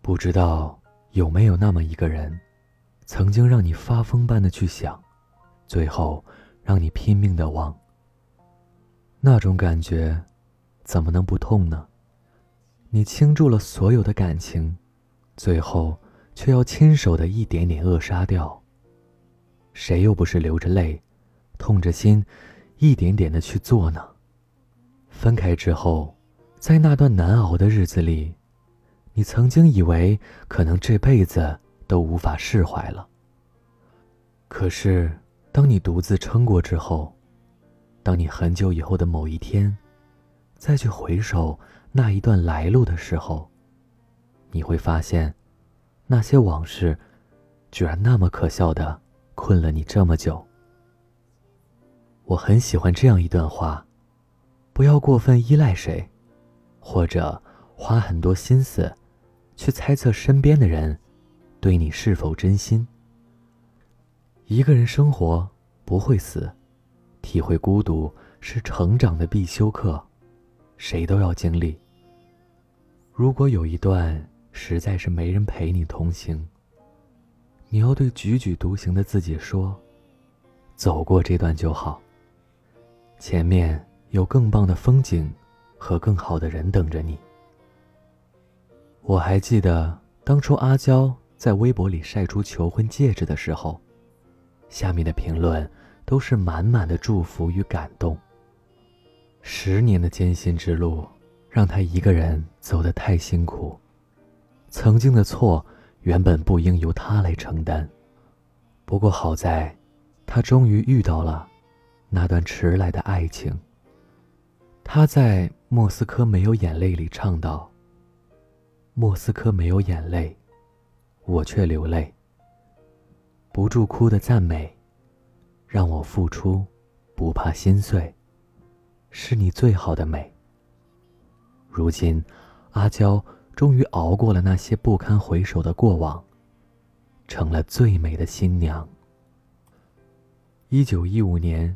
不知道有没有那么一个人，曾经让你发疯般的去想，最后让你拼命的忘。那种感觉怎么能不痛呢？你倾注了所有的感情，最后却要亲手的一点点扼杀掉。谁又不是流着泪，痛着心，一点点的去做呢？分开之后，在那段难熬的日子里，你曾经以为可能这辈子都无法释怀了。可是当你独自撑过之后，当你很久以后的某一天再去回首那一段来路的时候，你会发现那些往事居然那么可笑的困了你这么久。我很喜欢这样一段话：不要过分依赖谁，或者花很多心思去猜测身边的人对你是否真心。一个人生活不会死，体会孤独是成长的必修课，谁都要经历。如果有一段实在是没人陪你同行，你要对踽踽独行的自己说，走过这段就好，前面有更棒的风景和更好的人等着你。我还记得当初阿娇在微博里晒出求婚戒指的时候，下面的评论都是满满的祝福与感动。10年的艰辛之路让她一个人走得太辛苦，曾经的错原本不应由她来承担。不过好在她终于遇到了那段迟来的爱情。她在《莫斯科没有眼泪》里唱道：莫斯科没有眼泪，我却流泪，不住哭的赞美，让我付出不怕心碎，是你最好的美。如今阿娇终于熬过了那些不堪回首的过往，成了最美的新娘。1915年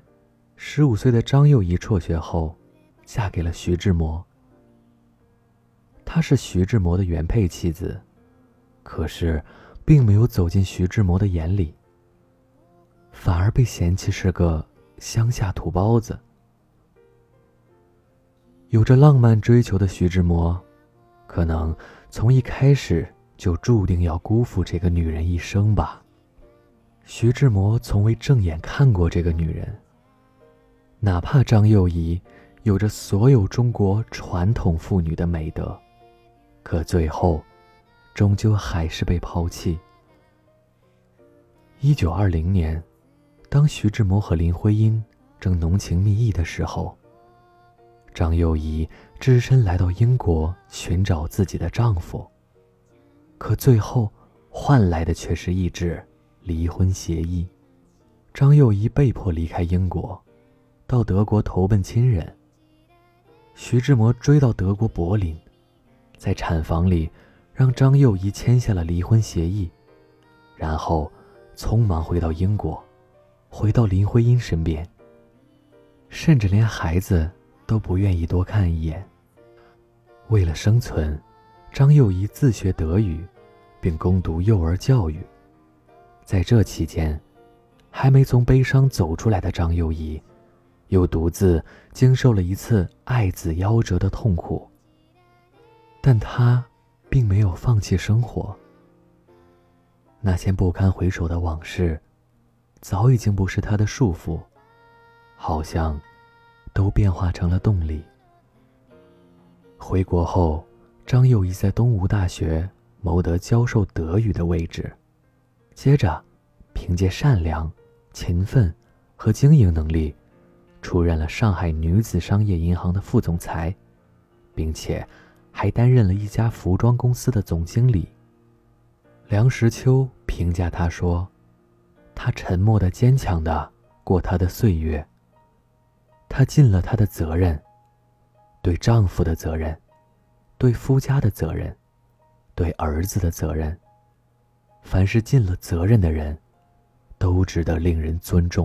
15岁的张幼仪辍学后嫁给了徐志摩。她是徐志摩的原配妻子，可是并没有走进徐志摩的眼里，反而被嫌弃是个乡下土包子。有着浪漫追求的徐志摩，可能从一开始就注定要辜负这个女人一生吧。徐志摩从未正眼看过这个女人，哪怕张幼仪有着所有中国传统妇女的美德，可最后终究还是被抛弃。1920年，当徐志摩和林徽因正浓情蜜意的时候，张幼仪只身来到英国寻找自己的丈夫，可最后换来的却是一纸离婚协议。张幼仪被迫离开英国，到德国投奔亲人。徐志摩追到德国柏林，在产房里让张幼仪签下了离婚协议，然后匆忙回到英国，回到林徽因身边，甚至连孩子都不愿意多看一眼。为了生存，张幼仪自学德语，并攻读幼儿教育。在这期间，还没从悲伤走出来的张幼仪，又独自经受了一次爱子夭折的痛苦。但她并没有放弃生活。那些不堪回首的往事，早已经不是她的束缚，好像都变化成了动力。回国后，张幼仪在东吴大学谋得教授德语的位置，接着凭借善良、勤奋和经营能力，出任了上海女子商业银行的副总裁，并且还担任了一家服装公司的总经理。梁实秋评价她说，她沉默地坚强地过她的岁月，她尽了她的责任，对丈夫的责任，对夫家的责任，对儿子的责任。凡是尽了责任的人，都值得令人尊重。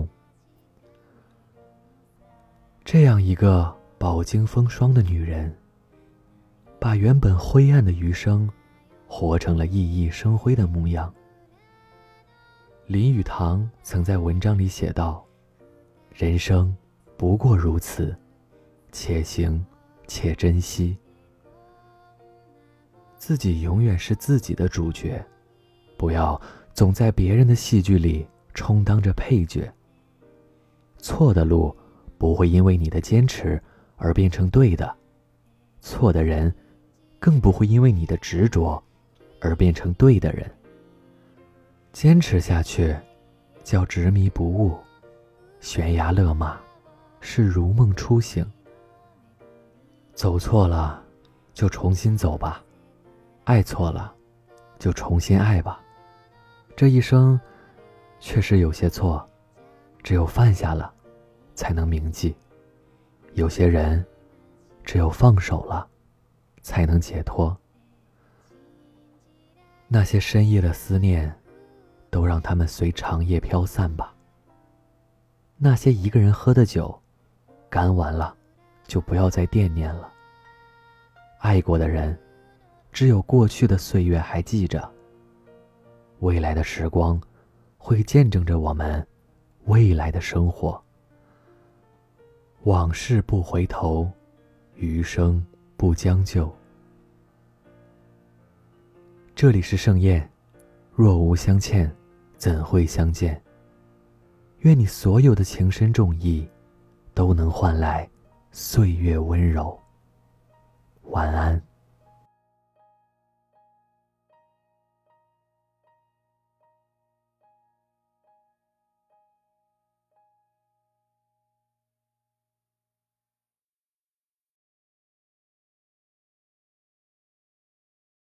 这样一个饱经风霜的女人，把原本灰暗的余生活成了熠熠生辉的模样。林语堂曾在文章里写道：人生不过如此，且行且珍惜。自己永远是自己的主角，不要总在别人的戏剧里充当着配角。错的路不会因为你的坚持而变成对的，错的人更不会因为你的执着而变成对的人。坚持下去叫执迷不悟，悬崖勒马是如梦初醒。走错了就重新走吧，爱错了就重新爱吧。这一生确实有些错，只有犯下了才能铭记；有些人只有放手了才能解脱。那些深夜的思念都让他们随长夜飘散吧。那些一个人喝的酒，干完了就不要再惦念了。爱过的人，只有过去的岁月还记着，未来的时光会见证着我们未来的生活。往事不回头，余生不将就。这里是盛宴，若无相欠，怎会相见？愿你所有的情深重义，都能换来岁月温柔。晚安。